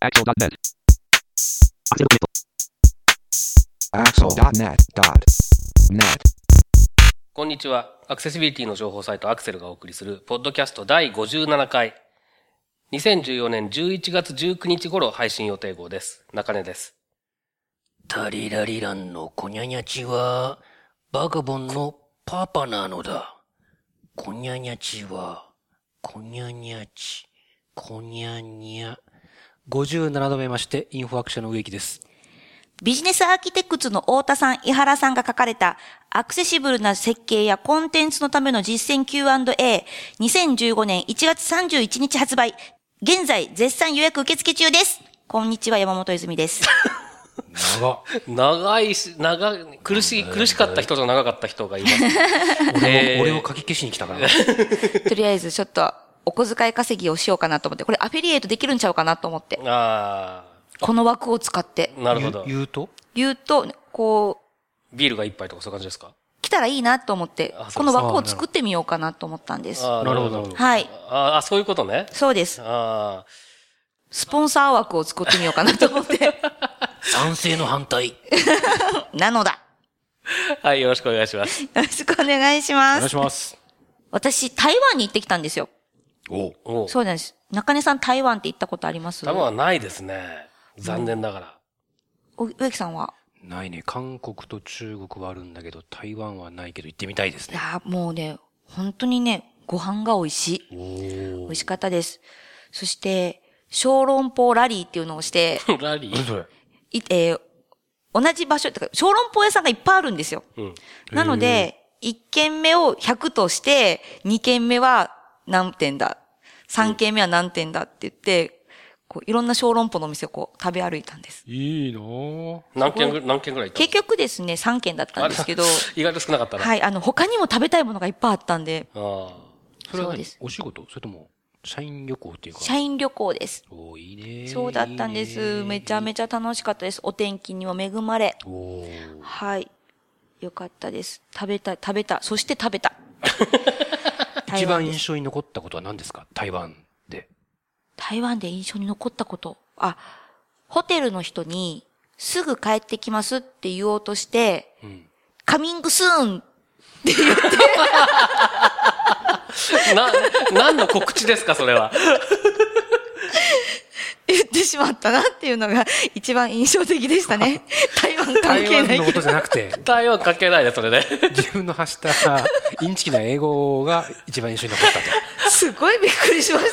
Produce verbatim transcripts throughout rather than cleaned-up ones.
アクセルドットネットこんにちは。アクセシビリティの情報サイトアクセルがお送りするポッドキャストだいごじゅうななかい。にせんじゅうよねんじゅういちがつじゅうくにち頃配信予定号です。中根です。 タリラリランのコニャニャチはバカボンのパパなのだ。コニャニャチはコニャニャチコニャニャごじゅうななど目ましてインフォアクションの植木です。 ビジネスアーキテクツの太田さん、井原さんが書かれたアクセシブルな設計やコンテンツのための実践 キューアンドエーにせんじゅうごねんいちがつさんじゅういちにち発売。現在絶賛予約受付中です。こんにちは、山本泉です。 長長いし、長い、苦しい、苦しかった人と長かった人がいます。 俺を、俺を書き消しに来たから。 とりあえずちょっとお小遣い稼ぎをしようかなと思って、これアフィリエイトできるんちゃうかなと思って。 ああ。 この枠を使って。 なるほど。 言うと言うと、こう。 ビールが一杯とかそういう感じですか？ 来たらいいなと思って、この枠を作ってみようかなと思ったんです。 ああ、なるほど。 はい。 ああ、そういうことね。 そうです。 ああ。 スポンサー枠を作ってみようかなと思って。 賛成の反対。 なのだ。 はい、よろしくお願いします。 よろしくお願いします。 お願いします。 私、台湾に行ってきたんですよ。 おおそうなんです。中根さん、台湾って行ったことあります？ 台湾はないですね。残念ながら。 お、植木さんは？ ないね。韓国と中国はあるんだけど、台湾はないけど行ってみたいですね。 いや、もうね、本当にね、ご飯が美味しい。美味しかったです。そして、小籠包ラリーっていうのをして、 ラリー？ 何それ？ い、えー、同じ場所、てか小籠包屋さんがいっぱいあるんですよ。 うん、 なので、いっけんめをひゃくとして、にけんめは何点だ、さんけんめは何点だって言って、こういろんな小籠包のお店をこう食べ歩いたんです。 いいなぁ。 何件ぐらい、何件ぐらい行ったんですか？ 結局ですね、さんけんだったんですけど。 意外と少なかったな。 はい、あの、他にも食べたいものがいっぱいあったんで。 ああ。 それはそうです。 お仕事？それとも、社員旅行っていうか？ 社員旅行です。 おー、いいね。 そうだったんです。いいめちゃめちゃ楽しかったです。お天気にも恵まれ。 おー。 はい。よかったです。食べた、食べた。そして食べた。 一番印象に残ったことは何ですか？台湾で。 台湾で印象に残ったこと。あ、ホテルの人に、すぐ帰ってきますって言おうとして、うん、カミングスーンって言って。 な、何の告知ですか、それは。 言ってしまったなっていうのが一番印象的でしたね。台湾関係ない。 台湾のことじゃなくて。 台湾関係ないね、それね。 自分の発したインチキな英語が一番印象に残ったと。 すごいびっくりしました。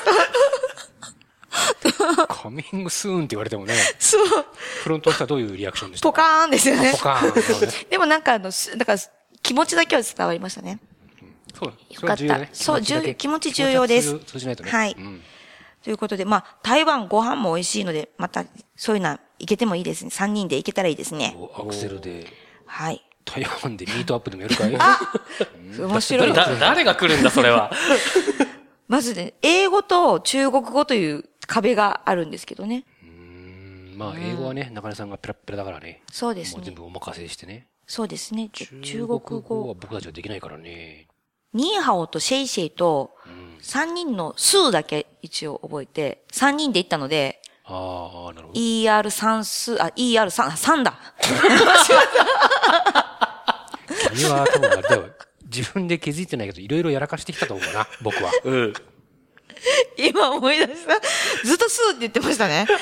カミングスーンって言われてもね。 そう。 フロントの人はどういうリアクションでしたか？ ポカーンですよね。 ポカーン。 でもなんかあの、だから気持ちだけは伝わりましたね。 そう。 よかった。そう、気持ち重要です。 通じないとね。 はい。ということで、まあ、台湾ご飯も美味しいので、また、そういうのは行けてもいいですね。さんにんで行けたらいいですね。 アクセルで。 はい。 台湾でミートアップでもやるかい？ あ面白い。 だ、誰が来るんだ、それは。 まずね、英語と中国語という壁があるんですけどね。 うーん。まあ、英語はね、中根さんがペラペラだからね。 そうですね。 もう全部お任せしてね。 そうですね。 中国語は僕たちはできないからね。 ニーハオとシェイシェイと、さんにんのスーだけ一応覚えて、さんにんで行ったので、 ああ、なるほど。 イーアールさん スー、あ、イーアールさん、さんだ。 君は多分あれだよ。自分で気づいてないけど、いろいろやらかしてきたと思うな、僕は。 うん。 今思い出した。ずっとスーって言ってましたね。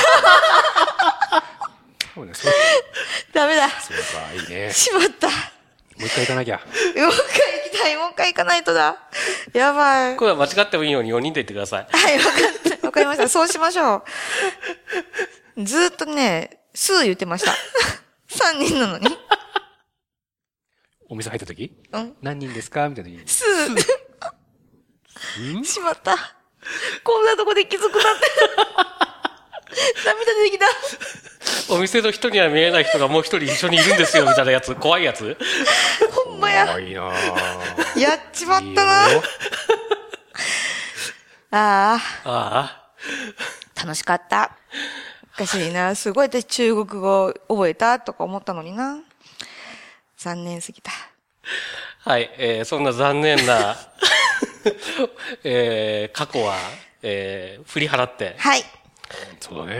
そうね、そう。 ダメだ。 そうか、いいね。 しまった。 もう一回行かなきゃ。 もう一回行きたい。もう一回行かないとだ。やばい。 これは間違ってもいいようによにんで言ってください。 はい、わかった。わかりました。そうしましょう。ずーっとね、スー言ってました。さんにんなのに。 お店入った時？ うん。 何人ですかみたいな。 スー。しまった。こんなとこで気づくなんて。涙出てきた。 お店の人には見えない人がもう一人一緒にいるんですよ、みたいなやつ。怖いやつ。 ほんまや。 怖いなやっちまったな。 いいああ。 ああ。 楽しかった。おかしいな。すごい私中国語覚えたとか思ったのにな。残念すぎた。 はい、えー、そんな残念な、えー、過去は、えー、振り払って。 はい。 そうだね。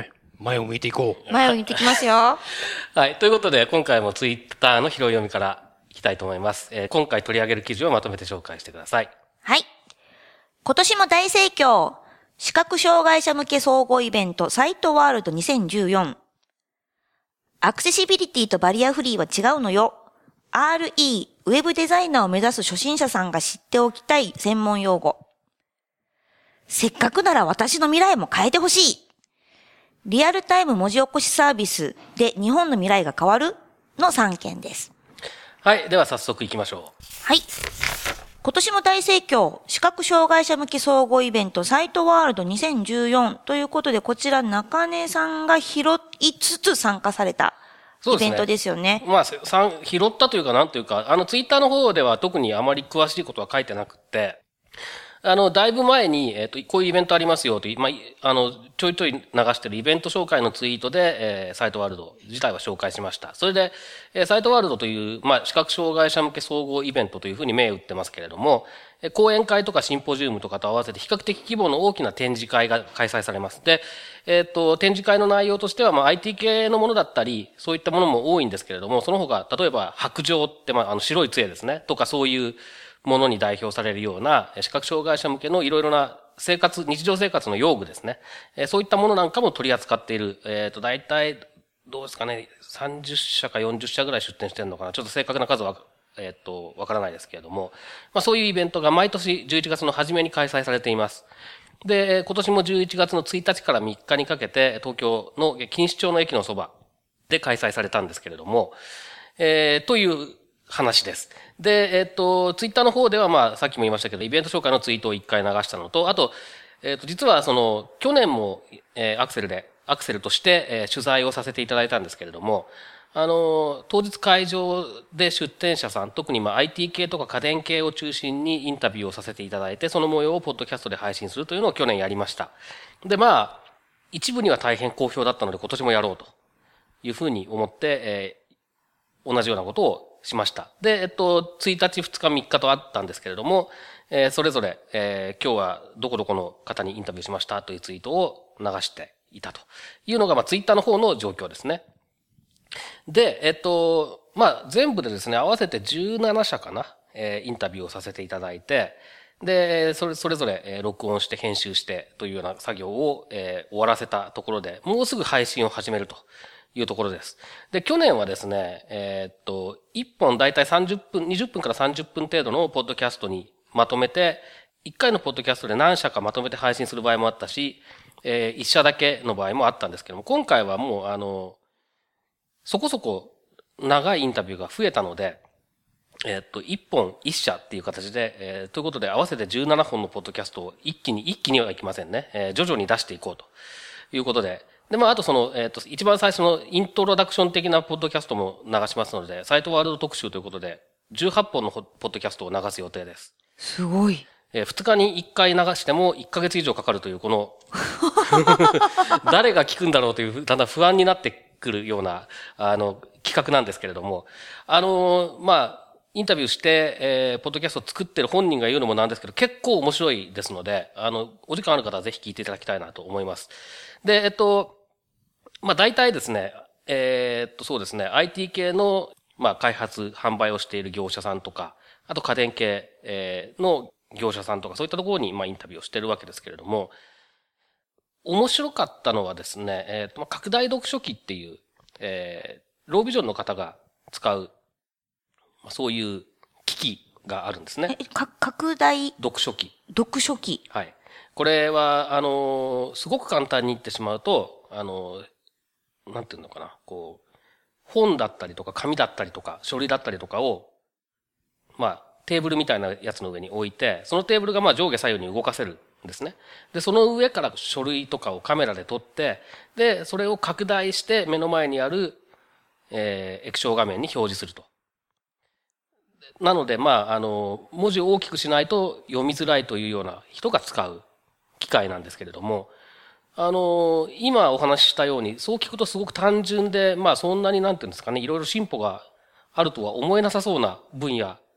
前を向いていこう。 前を見てきますよ。 はい。ということで、今回もツイッターの拾い読みからいきたいと思います。えー、今回取り上げる記事をまとめて紹介してください。 はい。今年も大盛況。視覚障害者向け総合イベントサイトワールドにせんじゅうよん。アクセシビリティとバリアフリーは違うのよ。アールイー、ウェブデザイナーを目指す初心者さんが知っておきたい専門用語。せっかくなら私の未来も変えてほしい。リアルタイム文字起こしサービスで日本の未来が変わるのさんけんです。 はい。では早速行きましょう。 はい。今年も大盛況、視覚障害者向け総合イベントサイトワールドにせんじゅうよんということで、こちら中根さんが拾いつつ参加されたイベントですよね。 まあ、さん拾ったというかなんというか、あのツイッターの方では特にあまり詳しいことは書いてなくて、あの、だいぶ前に、えっと、こういうイベントありますよという、まあ、あの、ちょいちょい流してるイベント紹介のツイートで、えー、サイトワールド自体は紹介しました。それで、えー、サイトワールドという、まあ、視覚障害者向け総合イベントというふうに銘打ってますけれども、えー、講演会とかシンポジウムとかと合わせて比較的規模の大きな展示会が開催されます。で、えっと、展示会の内容としては、まあ、アイティー 系のものだったり、そういったものも多いんですけれども、その他、例えば、白杖って、まあ、あの、白い杖ですね、とかそういう、ものに代表されるような視覚障害者向けのいろいろな生活、日常生活の用具ですね。そういったものなんかも取り扱っている。えっと、大体、どうですかね、さんじゅっしゃかよんじゅっしゃぐらい出展してるのかな。ちょっと正確な数は、えっと、わからないですけれども。まあそういうイベントが毎年じゅういちがつの初めに開催されています。で、今年もじゅういちがつのついたちからみっかにかけて、東京の錦糸町の駅のそばで開催されたんですけれども、えー、という話です。で、えっと、ツイッターの方では、まあ、さっきも言いましたけど、イベント紹介のツイートを一回流したのと、あと、えっと、実は、その、去年も、えー、アクセルで、アクセルとして、えー、取材をさせていただいたんですけれども、あの、当日会場で出展者さん、特にまあ、アイティー 系とか家電系を中心にインタビューをさせていただいて、その模様をポッドキャストで配信するというのを去年やりました。で、まあ、一部には大変好評だったので、今年もやろうというふうに思って、えー、同じようなことをしました。で、えっと、ついたち、ふつか、みっかとあったんですけれども、えー、それぞれ、えー、今日はどこどこの方にインタビューしましたというツイートを流していたというのが、まあ、ツイッターの方の状況ですね。で、えっと、まあ、全部でですね、合わせてじゅうななしゃかな、えー、インタビューをさせていただいて、で、それ、それぞれ、えー、録音して編集してというような作業を、えー、終わらせたところで、もうすぐ配信を始めるというところです。で、去年はですね、えー、っと、いっぽんだいたいさんじゅっぷん、にじゅっぷんからさんじゅっぷん程度のポッドキャストにまとめて、いっかいのポッドキャストで何社かまとめて配信する場合もあったし、えー、いっ社だけの場合もあったんですけども、今回はもう、あの、そこそこ長いインタビューが増えたので、えー、っと、いっぽんいっ社っていう形で、えー、ということで合わせてじゅうななほんのポッドキャストを一気に、一気にはいきませんね。えー、徐々に出していこうということで、で、まあ、あとその、えっと、一番最初のイントロダクション的なポッドキャストも流しますので、サイトワールド特集ということで、じゅうはっぽんのポッドキャストを流す予定です。 すごい。 えー、ふつかにいっかい流してもいっかげつ以上かかるという、この、誰が聞くんだろうという、だんだん不安になってくるような、あの、企画なんですけれども、あの、まあ、インタビューして、えー、ポッドキャストを作ってる本人が言うのもなんですけど、結構面白いですので、あの、お時間ある方はぜひ聞いていただきたいなと思います。で、えっと、まあ、大体ですね、えー、っと、そうですね、アイティー 系の、まあ、開発、販売をしている業者さんとか、あと家電系、えー、の業者さんとか、そういったところに、まあ、インタビューをしてるわけですけれども、面白かったのはですね、えー、っと、まあ、拡大読書機っていう、えー、ロービジョンの方が使う、まあ、そういう機器があるんですね。 え、か、拡大読書機。 読書機。 はい。これは、あの、すごく簡単に言ってしまうと、あの、なんていうのかな、こう、本だったりとか紙だったりとか書類だったりとかを、まあ、テーブルみたいなやつの上に置いて、そのテーブルがまあ上下左右に動かせるんですね。で、その上から書類とかをカメラで撮って、で、それを拡大して目の前にある、えー、液晶画面に表示すると。なので、まあ、あの、文字を大きくしないと読みづらいというような人が使う機械なんですけれども、あの、今お話ししたように、そう聞くとすごく単純で、まあそんなになんていうんですかね、いろいろ進歩があるとは思えなさそうな分野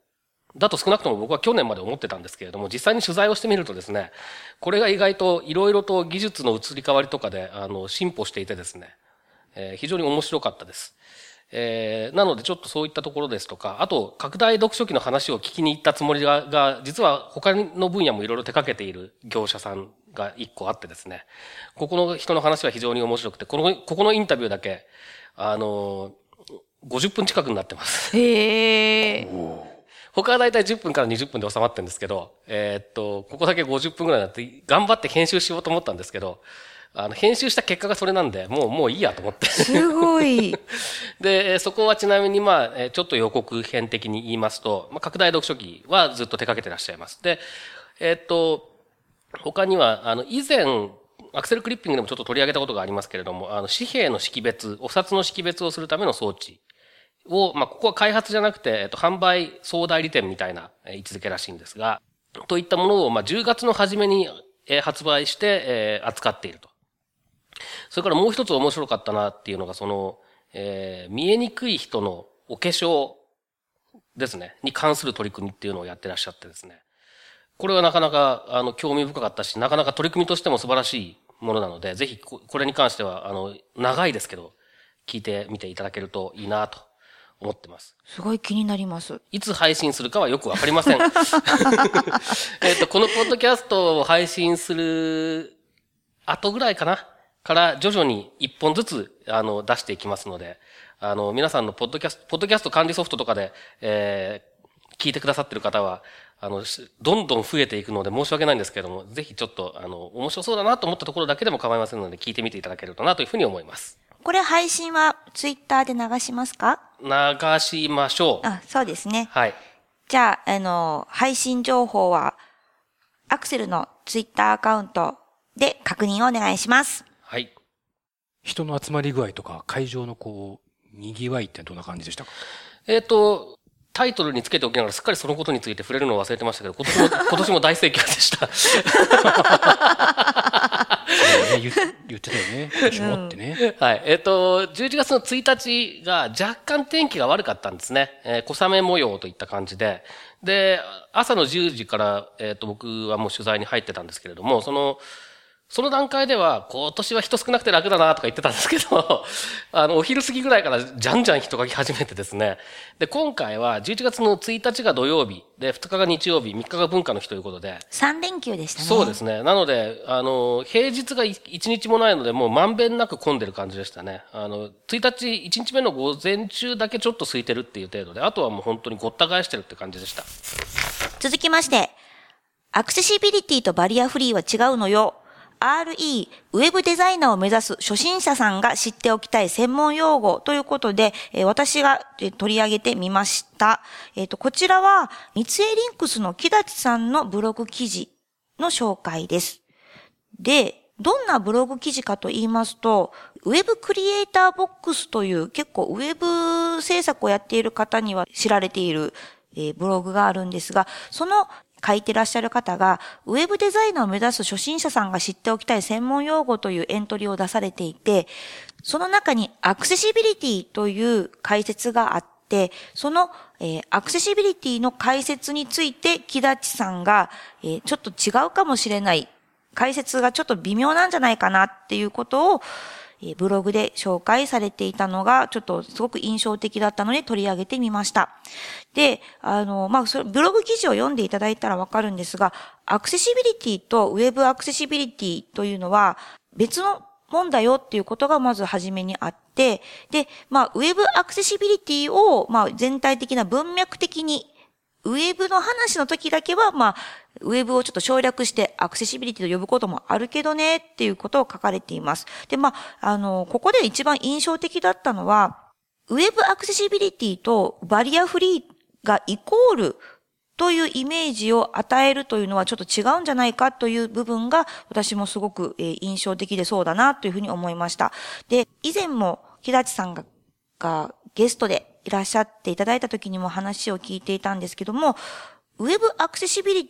だと少なくとも僕は去年まで思ってたんですけれども、実際に取材をしてみるとですね、これが意外といろいろと技術の移り変わりとかで、あの、進歩していてですね、えー、非常に面白かったです。えー、なのでちょっとそういったところですとか、あと、拡大読書機の話を聞きに行ったつもりが、が実は他の分野もいろいろ手掛けている業者さんが一個あってですね、ここの人の話は非常に面白くて、この、ここのインタビューだけ、あの、ごじゅっぷん近くになってます。 へー。 他はだいたいじゅっぷんからにじゅっぷんで収まってるんですけど、えー、っと、ここだけごじゅっぷんぐらいになって、頑張って編集しようと思ったんですけど、あの、編集した結果がそれなんで、もう、もういいやと思って。 すごい。 で、そこはちなみにまあ、ちょっと予告編的に言いますと、まあ、拡大読書機はずっと手掛けてらっしゃいます。で、えー、っと、他には、あの、以前、アクセルクリッピングでもちょっと取り上げたことがありますけれども、あの、紙幣の識別、お札の識別をするための装置を、まあ、ここは開発じゃなくて、えっと、販売総代理店みたいな位置づけらしいんですが、といったものを、まあ、じゅうがつの初めに、えー、発売して、えー、扱っていると。それからもう一つ面白かったなっていうのが、その、えー、見えにくい人のお化粧ですね、に関する取り組みっていうのをやってらっしゃってですね。これはなかなか、あの、興味深かったし、なかなか取り組みとしても素晴らしいものなので、ぜひ、これに関しては、あの、長いですけど、聞いてみていただけるといいなと思ってます。 すごい気になります。 いつ配信するかはよくわかりません。えっと、このポッドキャストを配信する後ぐらいかなから徐々に一本ずつ、あの、出していきますので、あの、皆さんのポッドキャスト、ポッドキャスト管理ソフトとかで、えー、聞いてくださってる方は、あの、どんどん増えていくので申し訳ないんですけれども、ぜひちょっと、あの、面白そうだなと思ったところだけでも構いませんので、聞いてみていただけるとなというふうに思います。 これ配信はツイッターで流しますか？ 流しましょう。 あ、そうですね。 はい。 じゃあ、あの、配信情報は、アクセルのツイッターアカウントで確認をお願いします。 はい。 人の集まり具合とか、会場のこう、賑わいってどんな感じでしたか？ えっと、タイトルにつけておきながらすっかりそのことについて触れるのを忘れてましたけど、今年も、今年も大盛況でした。 ね、言, 言ってたよね。今年もってね。 はい。えっと、じゅういちがつのついたちが若干天気が悪かったんですね。えー、小雨模様といった感じで。で、朝のじゅうじから、えっと、僕はもう取材に入ってたんですけれども、その、その段階では、今年は人少なくて楽だなとか言ってたんですけど、あの、お昼過ぎぐらいからじゃんじゃん人が来始めてですね。で、今回はじゅういちがつのついたちが土曜日、で、ふつかが日曜日、みっかが文化の日ということで。 さん連休でしたね。 そうですね。なので、あの、平日がいちにちもないので、もうまんべんなく混んでる感じでしたね。あの、ついたち、いちにちめの午前中だけちょっと空いてるっていう程度で、あとはもう本当にごった返してるって感じでした。 続きまして、アクセシビリティとバリアフリーは違うのよ。アールイー、ウェブデザイナーを目指す初心者さんが知っておきたい専門用語ということで、えー、私が取り上げてみました。えっと、こちらは、三井リンクスの木立さんのブログ記事の紹介です。で、どんなブログ記事かと言いますと、ウェブクリエイターボックスという結構ウェブ制作をやっている方には知られている、えー、ブログがあるんですが、その書いてらっしゃる方が、ウェブデザイナーを目指す初心者さんが知っておきたい専門用語というエントリーを出されていて、その中にアクセシビリティという解説があって、その、えー、アクセシビリティの解説について木立さんが、えー、ちょっと違うかもしれない、解説がちょっと微妙なんじゃないかなっていうことを、ブログで紹介されていたのが、ちょっとすごく印象的だったので取り上げてみました。で、あの、まあ、それ、ブログ記事を読んでいただいたらわかるんですが、アクセシビリティとウェブアクセシビリティというのは別のもんだよっていうことがまず初めにあって、で、まあ、ウェブアクセシビリティを、まあ、全体的な文脈的に、ウェブの話の時だけは、まあ、ウェブをちょっと省略してアクセシビリティと呼ぶこともあるけどねっていうことを書かれています。で、まあ、あの、ここで一番印象的だったのは、ウェブアクセシビリティとバリアフリーがイコールというイメージを与えるというのはちょっと違うんじゃないかという部分が私もすごく印象的でそうだなというふうに思いました。で、以前も木立さんが、がゲストでいらっしゃっていただいた時にも話を聞いていたんですけども、ウェブアクセシビリティ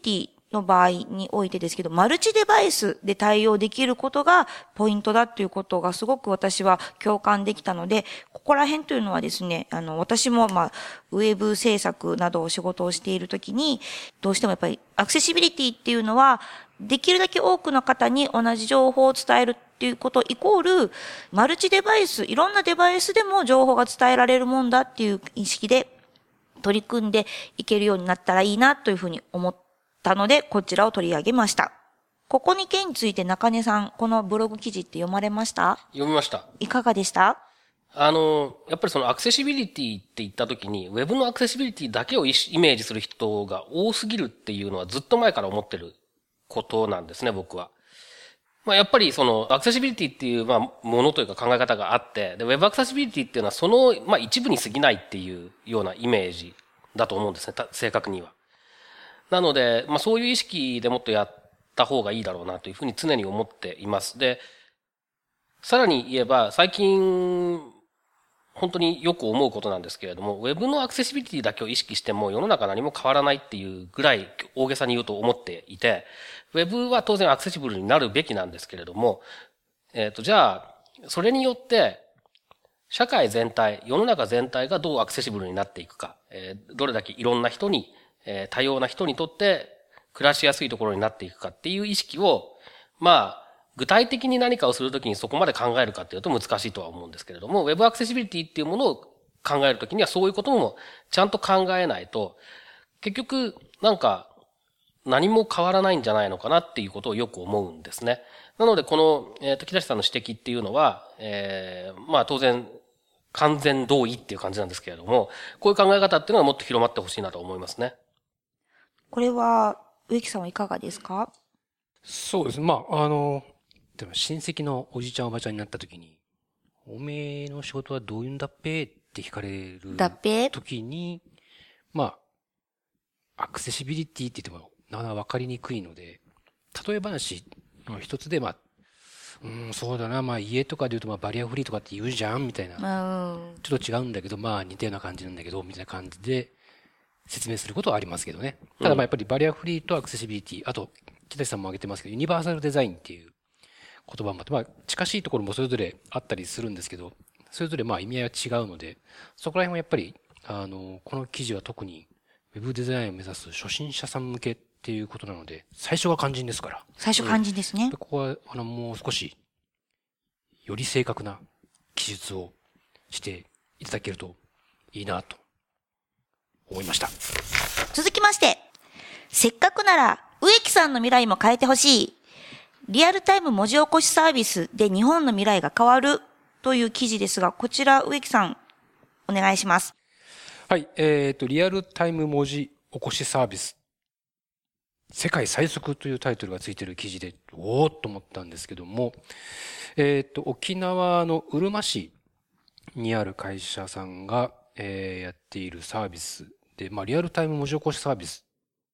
の場合においてですけど、マルチデバイスで対応できることがポイントだっていうことがすごく私は共感できたので、ここら辺というのはですね、あの、私もまあ、ウェブ制作などを仕事をしているときに、どうしてもやっぱりアクセシビリティっていうのは、できるだけ多くの方に同じ情報を伝えるっていうことイコール、マルチデバイス、いろんなデバイスでも情報が伝えられるもんだっていう意識で取り組んでいけるようになったらいいなというふうに思ったので、こちらを取り上げました。ここに件について中根さん、このブログ記事って読まれました？ 読みました。 いかがでした？ あの、やっぱりそのアクセシビリティって言ったときに、ウェブのアクセシビリティだけをイメージする人が多すぎるっていうのはずっと前から思ってることなんですね、僕は。まあやっぱりそのアクセシビリティっていうまあものというか考え方があって、で、ウェブアクセシビリティっていうのはそのまあ一部に過ぎないっていうようなイメージだと思うんですね、正確には。なので、まあそういう意識でもっとやった方がいいだろうなというふうに常に思っています。で、さらに言えば最近、本当によく思うことなんですけれども、ウェブのアクセシビリティだけを意識しても世の中何も変わらないっていうぐらい大げさに言うと思っていて、ウェブは当然アクセシブルになるべきなんですけれども、えっと、じゃあ、それによって、社会全体、世の中全体がどうアクセシブルになっていくか、えー、どれだけいろんな人に、えー、多様な人にとって暮らしやすいところになっていくかっていう意識を、まあ、具体的に何かをするときにそこまで考えるかっていうと難しいとは思うんですけれども、ウェブアクセシビリティっていうものを考えるときにはそういうこともちゃんと考えないと、結局なんか何も変わらないんじゃないのかなっていうことをよく思うんですね。なのでこの、えっと、木梨さんの指摘っていうのは、えー、まあ当然完全同意っていう感じなんですけれども、こういう考え方っていうのはもっと広まってほしいなと思いますね。 これは、植木さんはいかがですか？ そうです。まあ、あの、でも親戚のおじちゃんおばちゃんになった時に、おめえの仕事はどういうんだっぺって聞かれるだっぺ時に、まあ、アクセシビリティって言ってもなかなかわかりにくいので、例え話の一つで、まあ、うん、そうだな、まあ家とかで言うとまあバリアフリーとかって言うじゃんみたいな。 うん。 ちょっと違うんだけど、まあ似たような感じなんだけど、みたいな感じで説明することはありますけどね。ただまあやっぱりバリアフリーとアクセシビリティ、あと、木梨さんも挙げてますけど、ユニバーサルデザインっていう言葉もあって、まあ近しいところもそれぞれあったりするんですけど、それぞれまあ意味合いは違うので、そこら辺はやっぱり、あの、この記事は特にウェブデザインを目指す初心者さん向けっていうことなので、最初は肝心ですから。 最初肝心ですね。 ここは、あの、もう少し、より正確な記述をしていただけるといいなと思いました。 続きまして、せっかくなら植木さんの未来も変えてほしい。リアルタイム文字起こしサービスで日本の未来が変わるという記事ですが、こちら植木さんお願いします。 はい、えっと、リアルタイム文字起こしサービス。世界最速というタイトルがついている記事で、おーっと思ったんですけども、えっと、沖縄のうるま市にある会社さんが、えー、やっているサービスで、まあ、リアルタイム文字起こしサービス。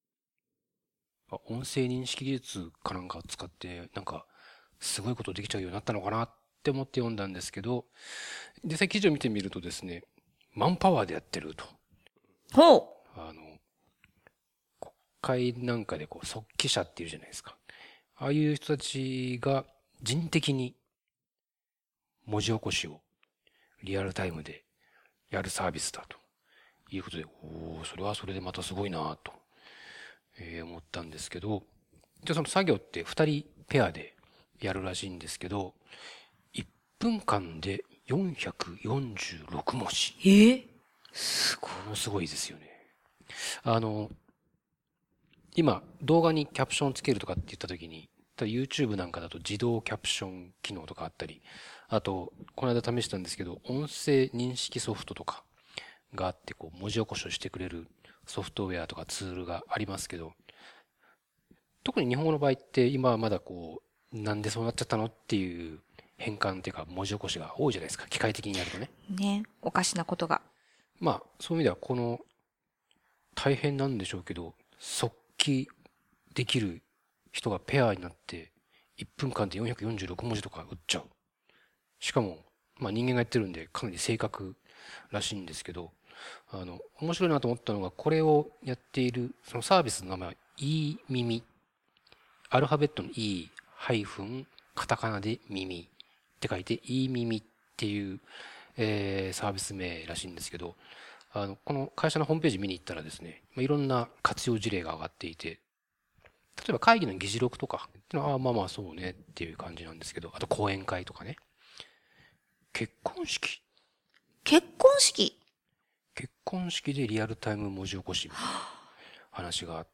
音声認識技術かなんかを使って、なんか、すごいことできちゃうようになったのかなって思って読んだんですけど、実際記事を見てみるとですね、マンパワーでやってると。 ほう。 あの、国会なんかでこう、速記者っていうじゃないですか。ああいう人たちが人的に文字起こしをリアルタイムでやるサービスだということで、おー、それはそれでまたすごいなと、えー、思ったんですけど、じゃあその作業って二人ペアでやるらしいんですけど、いっぷんかんでよんひゃくよんじゅうろくもじ。 えすごい。 ものすごいですよね。あの、今動画にキャプションつけるとかって言った時に、YouTube なんかだと自動キャプション機能とかあったり、あと、この間試したんですけど、音声認識ソフトとかがあって、こう、文字起こしをしてくれるソフトウェアとかツールがありますけど、特に日本語の場合って今はまだこう、なんでそうなっちゃったのっていう変換っていうか文字起こしが多いじゃないですか。機械的にやるとね。 ね、おかしなことが。 まあ、そういう意味ではこの、大変なんでしょうけど、速記できる人がペアになって、いっぷんかんでよんひゃくよんじゅうろくもじとか打っちゃう。しかも、まあ人間がやってるんでかなり正確らしいんですけど、あの、面白いなと思ったのが、これをやっている、そのサービスの名前はい耳。アルファベットの E ハイフン、カタカナで耳って書いて、いい耳っていう、えー、サービス名らしいんですけど、あの、この会社のホームページ見に行ったらですね、まあ、いろんな活用事例が上がっていて、例えば会議の議事録とか、ってのはあまあまあそうねっていう感じなんですけど、あと講演会とかね。結婚式。 結婚式結婚式でリアルタイム文字起こしみたいな話があって、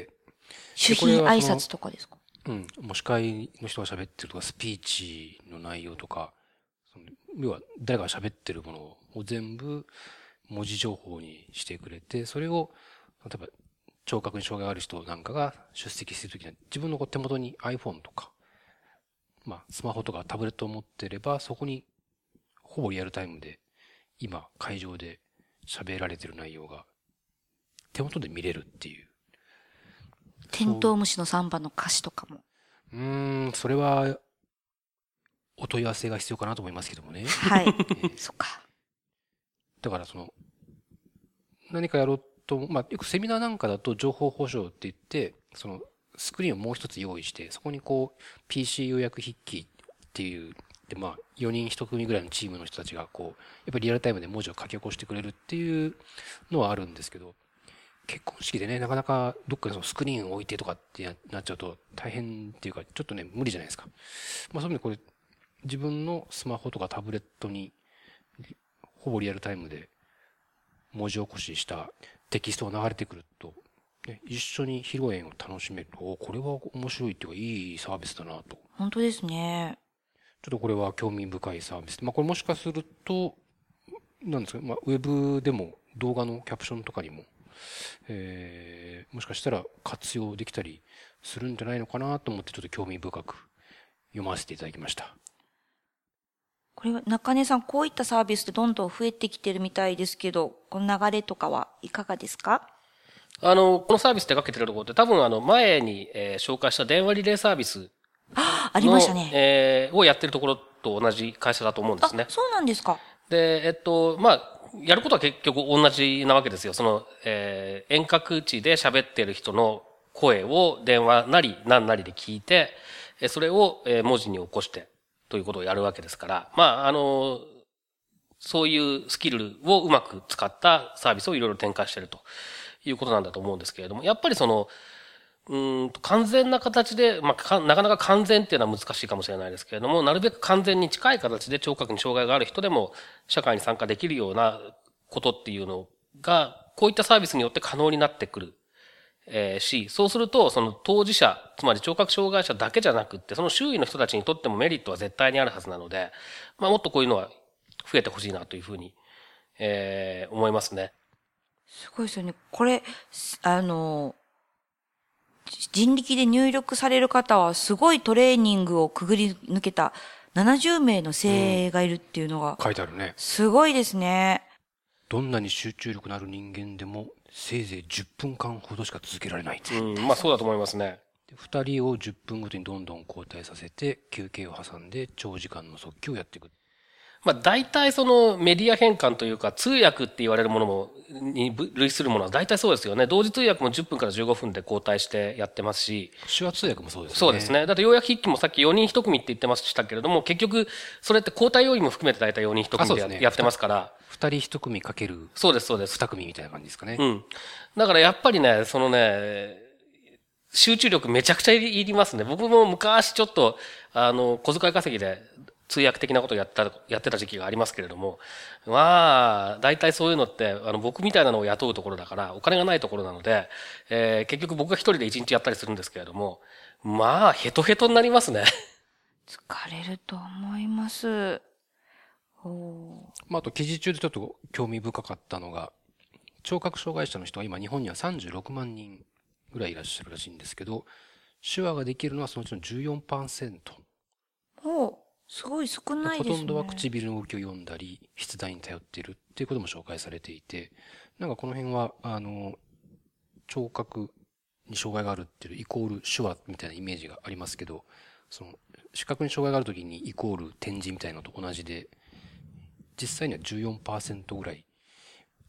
主賓挨拶とかですか？ うん。もう司会の人が喋ってるとか、スピーチの内容とか、その要は誰かが喋ってるものを全部文字情報にしてくれて、それを、例えば聴覚に障害がある人なんかが出席するときには、自分の手元に iPhone とか、まあスマホとかタブレットを持ってれば、そこにほぼリアルタイムで今会場で喋られてる内容が手元で見れるっていう。 テントウムシのサンバの歌詞とかも。 うーん、それは、お問い合わせが必要かなと思いますけどもね。 はい。 えーそっか。 だからその、何かやろうと、まあ、よくセミナーなんかだと情報保障って言って、その、スクリーンをもう一つ用意して、そこにこう、ピーシー 予約筆記っていう、で、まあ、よにんいち組ぐらいのチームの人たちがこう、やっぱりリアルタイムで文字を書き起こしてくれるっていうのはあるんですけど、結婚式でね、なかなかどっかにそのスクリーンを置いてとかってなっちゃうと大変っていうか、ちょっとね、無理じゃないですか。まあそういう意味でこれ、自分のスマホとかタブレットに、ほぼリアルタイムで文字起こししたテキストが流れてくると、ね、一緒に披露宴を楽しめると、おこれは面白いっていうか、いいサービスだなと。 本当ですね。 ちょっとこれは興味深いサービス。まあこれもしかすると、なんですか、まあウェブでも動画のキャプションとかにも、えー、もしかしたら活用できたりするんじゃないのかなと思ってちょっと興味深く読ませていただきました。 これは中根さん、こういったサービスってどんどん増えてきてるみたいですけど、この流れとかはいかがですか？ あの、このサービス手掛けてるところって多分あの前に、えー、紹介した電話リレーサービスあ、ありましたね。 えー、をやってるところと同じ会社だと思うんですね。 あ、そうなんですか。 で、えっと、まあ、やることは結局同じなわけですよ。その、えー、遠隔地で喋ってる人の声を電話なり何なりで聞いて、それを文字に起こしてということをやるわけですから、まあ、あの、そういうスキルをうまく使ったサービスをいろいろ展開しているということなんだと思うんですけれども、やっぱりその、うんと完全な形で、まあか、なかなか完全っていうのは難しいかもしれないですけれども、なるべく完全に近い形で聴覚に障害がある人でも社会に参加できるようなことっていうのが、こういったサービスによって可能になってくる。えー、し、そうすると、その当事者、つまり聴覚障害者だけじゃなくって、その周囲の人たちにとってもメリットは絶対にあるはずなので、まあ、もっとこういうのは増えてほしいなというふうに、えー、思いますね。 すごいですよね。これ、あの、人力で入力される方はすごいトレーニングをくぐり抜けたななじゅうめいの精鋭がいるっていうのが、 書いてあるね。 すごいですね。 どんなに集中力のある人間でもせいぜいじゅっぷんかんほどしか続けられない。 うん、まあそうだと思いますね。 二人をじゅっぷんごとにどんどん交代させて休憩を挟んで長時間の即興をやっていく。 まあ大体そのメディア変換というか通訳って言われるものも、に類するものは大体そうですよね。同時通訳もじゅっぷんからじゅうごふんで交代してやってますし。 手話通訳もそうですね。 そうですね。だって要約筆記もさっきよにんいち組って言ってましたけれども、結局それって交代要員も含めて大体よにんいち組でや,、ね、やってますから。 二人一組かける。 そうです、そうです。 二組みたいな感じですかね。 うん。だからやっぱりね、そのね、集中力めちゃくちゃいりますね。僕も昔ちょっと、あの、小遣い稼ぎで通訳的なことをやった、やってた時期がありますけれども、まあ、大体そういうのって、あの、僕みたいなのを雇うところだから、お金がないところなので、えー、結局僕が一人で一日やったりするんですけれども、まあ、ヘトヘトになりますね。 疲れると思います。 まあ、あと記事中でちょっと興味深かったのが、聴覚障害者の人は今日本にはさんじゅうろくまんにんぐらいいらっしゃるらしいんですけど、手話ができるのはそのうちの じゅうよんパーセント。 おう、すごい少ないですね。 ほとんどは唇の動きを読んだり、筆談に頼っているっていうことも紹介されていて、なんかこの辺は、あの、聴覚に障害があるっていうイコール手話みたいなイメージがありますけど、その、視覚に障害があるときにイコール点字みたいなのと同じで、実際には じゅうよんパーセント ぐらい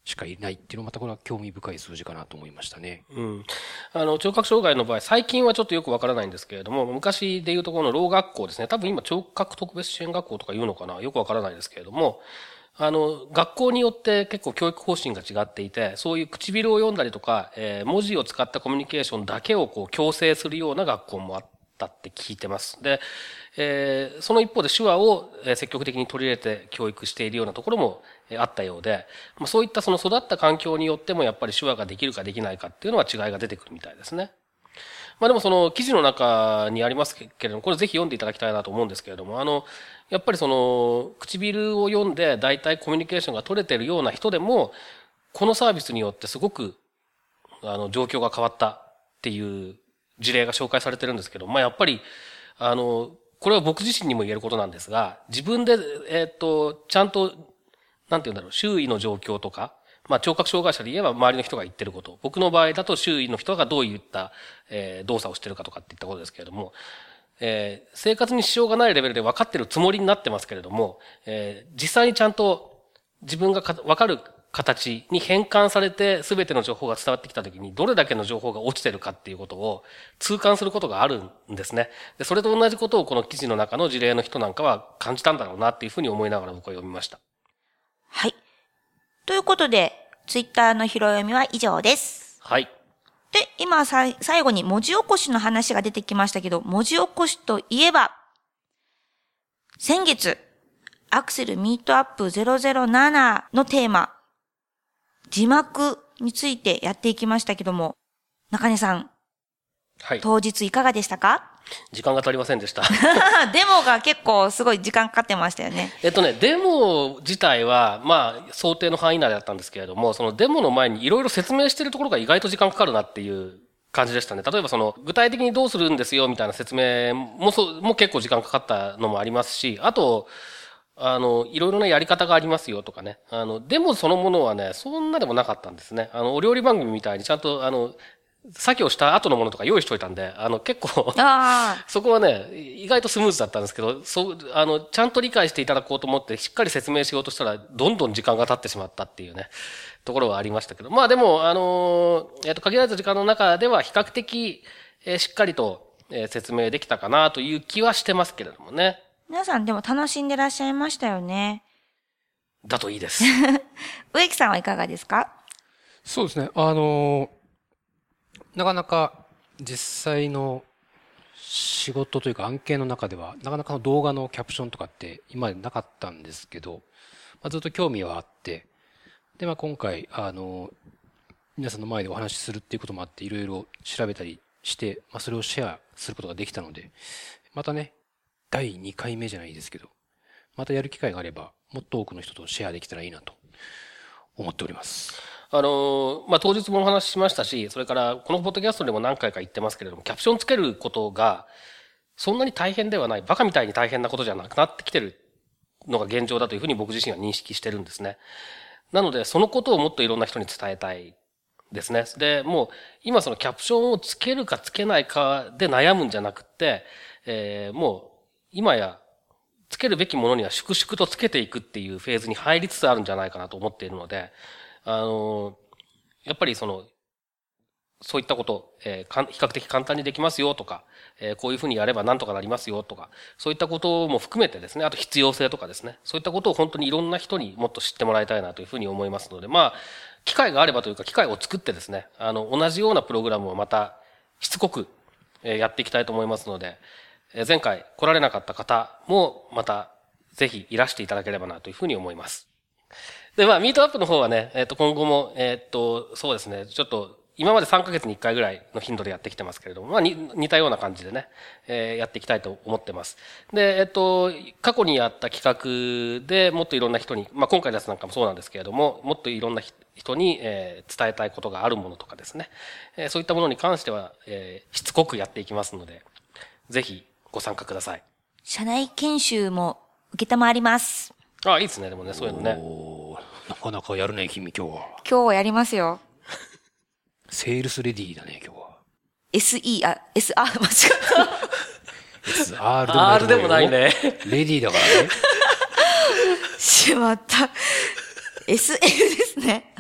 しかいないっていうのはまたこれは興味深い数字かなと思いましたね。 うん。あの、聴覚障害の場合、最近はちょっとよくわからないんですけれども、昔でいうところのろう学校ですね。多分今、聴覚特別支援学校とか言うのかなよくわからないですけれども、あの、学校によって結構教育方針が違っていて、そういう唇を読んだりとか、えー、文字を使ったコミュニケーションだけをこう強制するような学校もあったって聞いてます。で、えー、その一方で手話を積極的に取り入れて教育しているようなところもあったようで、まあ、そういったその育った環境によってもやっぱり手話ができるかできないかっていうのは違いが出てくるみたいですね。まあでもその記事の中にありますけれども、これぜひ読んでいただきたいなと思うんですけれども、あの、やっぱりその唇を読んで大体コミュニケーションが取れているような人でも、このサービスによってすごくあの状況が変わったっていう事例が紹介されてるんですけど、まあやっぱりあのこれは僕自身にも言えることなんですが、自分でえっとちゃんとなんて言うんだろう、周囲の状況とか、まあ聴覚障害者で言えば周りの人が言ってること、僕の場合だと周囲の人がどういった、えー、動作をしてるかとかっていったことですけれども、えー、生活に支障がないレベルで分かってるつもりになってますけれども、えー、実際にちゃんと自分がか分かる形に変換されて全ての情報が伝わってきたときにどれだけの情報が落ちてるかっていうことを痛感することがあるんですね。で、それと同じことをこの記事の中の事例の人なんかは感じたんだろうなっていうふうに思いながら僕は読みました。 はい。ということで、ツイッターの拾い読みは以上です。 はい。 で、今さい、最後に文字起こしの話が出てきましたけど、文字起こしといえば、先月、アクセルミートアップゼロゼロななのテーマ、字幕についてやっていきましたけども、中根さん、 はい。 当日いかがでしたか？ 時間が足りませんでした。 デモが結構すごい時間かかってましたよね。 えっとね、デモ自体は、まあ、想定の範囲内だったんですけれども、そのデモの前にいろいろ説明してるところが意外と時間かかるなっていう感じでしたね。例えばその、具体的にどうするんですよみたいな説明もそ、も結構時間かかったのもありますし、あと、あの、いろいろなやり方がありますよとかね。あの、デモそのものはね、そんなでもなかったんですね。あの、お料理番組みたいにちゃんと、あの、作業した後のものとか用意しといたんで、あの、結構そこはね、意外とスムーズだったんですけど、そう、あの、ちゃんと理解していただこうと思って、しっかり説明しようとしたら、どんどん時間が経ってしまったっていうね、ところはありましたけど、まあでも、あの、えっと、限られた時間の中では、比較的、えー、しっかりと、えー、説明できたかなという気はしてますけれどもね。 皆さんでも楽しんでらっしゃいましたよね。 だといいです。 植木さんはいかがですか？ そうですね。あの、なかなか実際の仕事というか案件の中では、なかなかの動画のキャプションとかって今までなかったんですけど、まあ、ずっと興味はあって、で、まあ今回、あの、皆さんの前でお話しするっていうこともあって、いろいろ調べたりして、まあそれをシェアすることができたので、またね、だいにかいめじゃないですけど、またやる機会があれば、もっと多くの人とシェアできたらいいなと思っております。 あの、まあ、当日もお話ししましたし、それからこのポッドキャストでも何回か言ってますけれども、キャプションつけることが、そんなに大変ではない、バカみたいに大変なことじゃなくなってきてるのが現状だというふうに僕自身は認識してるんですね。なので、そのことをもっといろんな人に伝えたいですね。で、もう、今そのキャプションをつけるかつけないかで悩むんじゃなくて、えー、もう、今や、つけるべきものには粛々とつけていくっていうフェーズに入りつつあるんじゃないかなと思っているので、あの、やっぱりその、そういったこと、えー、比較的簡単にできますよとか、えー、こういうふうにやればなんとかなりますよとか、そういったことも含めてですね、あと必要性とかですね、そういったことを本当にいろんな人にもっと知ってもらいたいなというふうに思いますので、まあ、機会があればというか、機会を作ってですね、あの、同じようなプログラムをまた、しつこく、えー、やっていきたいと思いますので、えー、前回来られなかった方も、また、ぜひいらしていただければなというふうに思います。で、まあ、ミートアップの方はね、えっと、今後も、えっと、そうですね、ちょっと、今までさんかげつにいっかいぐらいの頻度でやってきてますけれども、まあ、に似たような感じでね、えー、やっていきたいと思ってます。で、えっと、過去にやった企画でもっといろんな人に、まあ、今回のやつなんかもそうなんですけれども、もっといろんな人に、えー、伝えたいことがあるものとかですね、えー、そういったものに関しては、えー、しつこくやっていきますので、ぜひご参加ください。 社内研修も受けたまわります。 ああ、いいですね、でもね、そういうのね。 おー、なかなかやるね、君今日は。 今日はやりますよ。 セールスレディーだね、今日は。 エスイー、あ、エスアール、間違った。 エスアールアール でもないね。 レディーだからね。 しまった。エスエル ですね。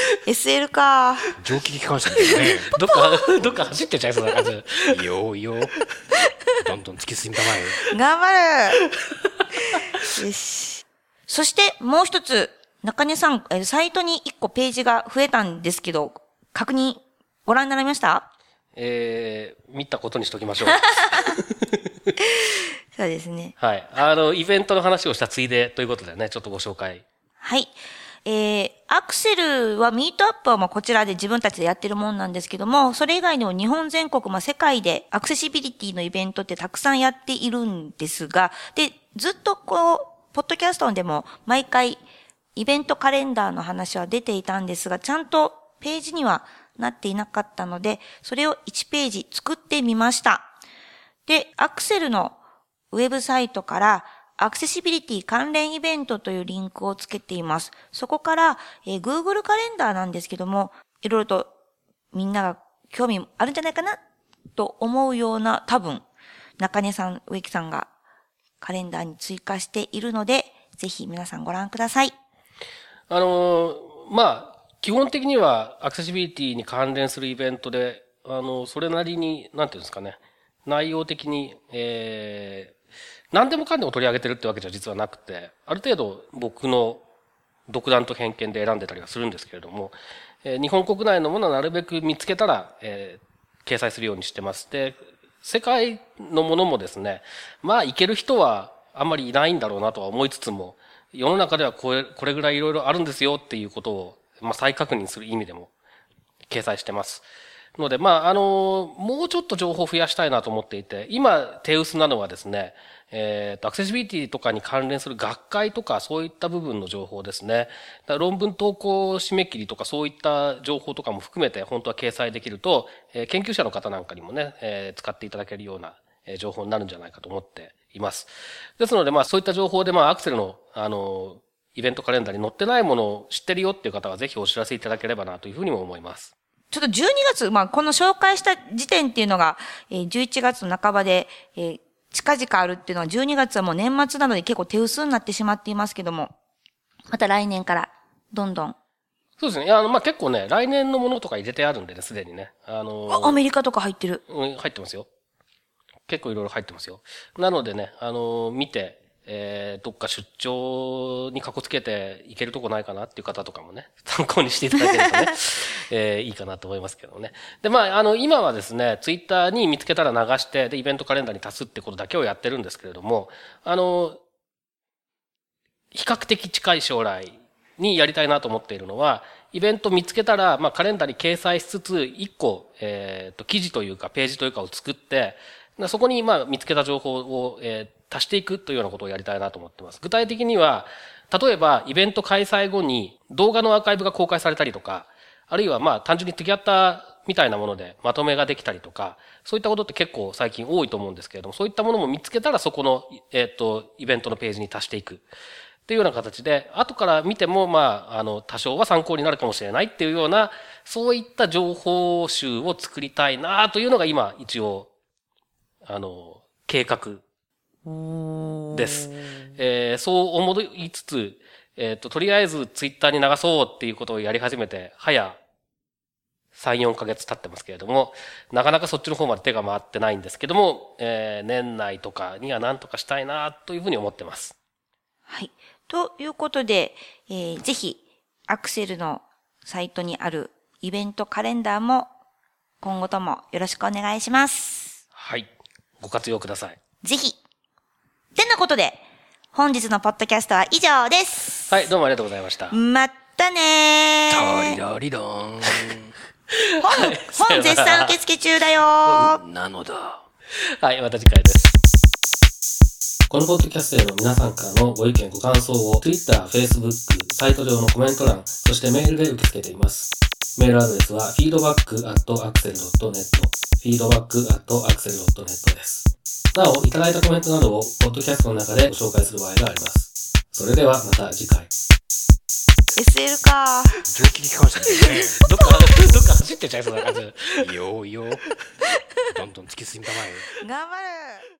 エスエル か。 蒸気機関車ですね。 どっか、どっか走ってちゃいそうな感じ。 いいよいいよ。どんどん突き進みたまえ。 頑張る。よし。そしてもう一つ、中根さん、サイトに一個ページが増えたんですけど、確認ご覧になられました？ えー、見たことにしときましょう。 そうですね。 はい。あの、イベントの話をしたついでということでね、ちょっとご紹介。 はい。えー、アクセルはミートアップはまあこちらで自分たちでやってるもんなんですけども、それ以外にも日本全国、まあ世界でアクセシビリティのイベントってたくさんやっているんですが、で、ずっとこう、ポッドキャストでも毎回イベントカレンダーの話は出ていたんですが、ちゃんとページにはなっていなかったので、それをいちページ作ってみました。で、アクセルのウェブサイトからアクセシビリティ関連イベントというリンクをつけています。そこから、えー、Google カレンダーなんですけども、いろいろとみんなが興味あるんじゃないかなと思うような、多分、中根さん、植木さんがカレンダーに追加しているので、ぜひ皆さんご覧ください。 あのー、まあ、基本的にはアクセシビリティに関連するイベントで、あの、それなりに、なんていうんですかね、内容的に、えー、何でもかんでも取り上げてるってわけじゃ実はなくて、ある程度僕の独断と偏見で選んでたりはするんですけれども、えー、日本国内のものはなるべく見つけたら、えー、掲載するようにしてます。で、世界のものもですね、まあ、いける人はあんまりいないんだろうなとは思いつつも、世の中ではこれ、これぐらいいろいろあるんですよっていうことを、まあ、再確認する意味でも掲載してます。ので、まあ、あの、もうちょっと情報を増やしたいなと思っていて、今、手薄なのはですね、えっと、アクセシビリティとかに関連する学会とか、そういった部分の情報ですね。だ論文投稿締め切りとか、そういった情報とかも含めて、本当は掲載できると、えー、研究者の方なんかにもね、えー、使っていただけるような、えー、情報になるんじゃないかと思っています。ですので、まあ、そういった情報で、まあ、アクセルの、あの、イベントカレンダーに載ってないものを知ってるよっていう方は、ぜひお知らせいただければなというふうにも思います。 ちょっとじゅうにがつ、まあ、この紹介した時点っていうのが、えー、じゅういちがつの半ばで、えー、近々あるっていうのはじゅうにがつはもう年末なので結構手薄になってしまっていますけども、また来年からどんどん。 そうですね。いや、あの、まあ、結構ね、来年のものとか入れてあるんでね、すでにね。あのー、 あ、アメリカとか入ってる。 うん、入ってますよ。結構いろいろ入ってますよ。なのでね、あのー、見て、えー、どっか出張にかこつけていけるとこないかなっていう方とかもね、参考にしていただけるとね、えー、いいかなと思いますけどね。で、まあ、あの、今はですね、ツイッターに見つけたら流して、で、イベントカレンダーに足すってことだけをやってるんですけれども、あの、比較的近い将来にやりたいなと思っているのは、イベント見つけたら、まあ、カレンダーに掲載しつつ、一個、えっと、記事というか、ページというかを作って、そこに、まあ、見つけた情報を、えー足していくというようなことをやりたいなと思ってます。具体的には、例えばイベント開催後に動画のアーカイブが公開されたりとか、あるいはまあ単純にツイッターみたいなものでまとめができたりとか、そういったことって結構最近多いと思うんですけれども、そういったものも見つけたらそこの、えっと、イベントのページに足していく。っていうような形で、後から見ても、まあ、あの、多少は参考になるかもしれないっていうような、そういった情報集を作りたいなというのが今、一応、あの、計画。です。えー、そう思いつつ、えっと、とりあえずツイッターに流そうっていうことをやり始めて、早さん、よんかげつ経ってますけれども、なかなかそっちの方まで手が回ってないんですけども、えー、年内とかには何とかしたいなというふうに思ってます。 はい。ということで、えー、ぜひ、アクセルのサイトにあるイベントカレンダーも今後ともよろしくお願いします。 はい。ご活用ください。 ぜひ。てなことで、本日のポッドキャストは以上です。 はい、どうもありがとうございました。 まったねー。 タリラリラーン。 本、本絶賛受付中だよー。 なのだ。 はい、また次回です。このポッドキャストへの皆さんからのご意見ご感想を Twitter、Facebook、サイト上のコメント欄、そしてメールで受け付けています。メールアドレスは フィードバックアットアクセルドットネット フィードバックアットアクセルドットネット です。なお、いただいたコメントなどをポッドキャストの中でご紹介する場合があります。それではまた次回。 エスエル か蒸気機関車ですね。 どっか、どっか走ってちゃいそうな感じ。 いいよいいよ。どんどん突き進みたまえ。 頑張る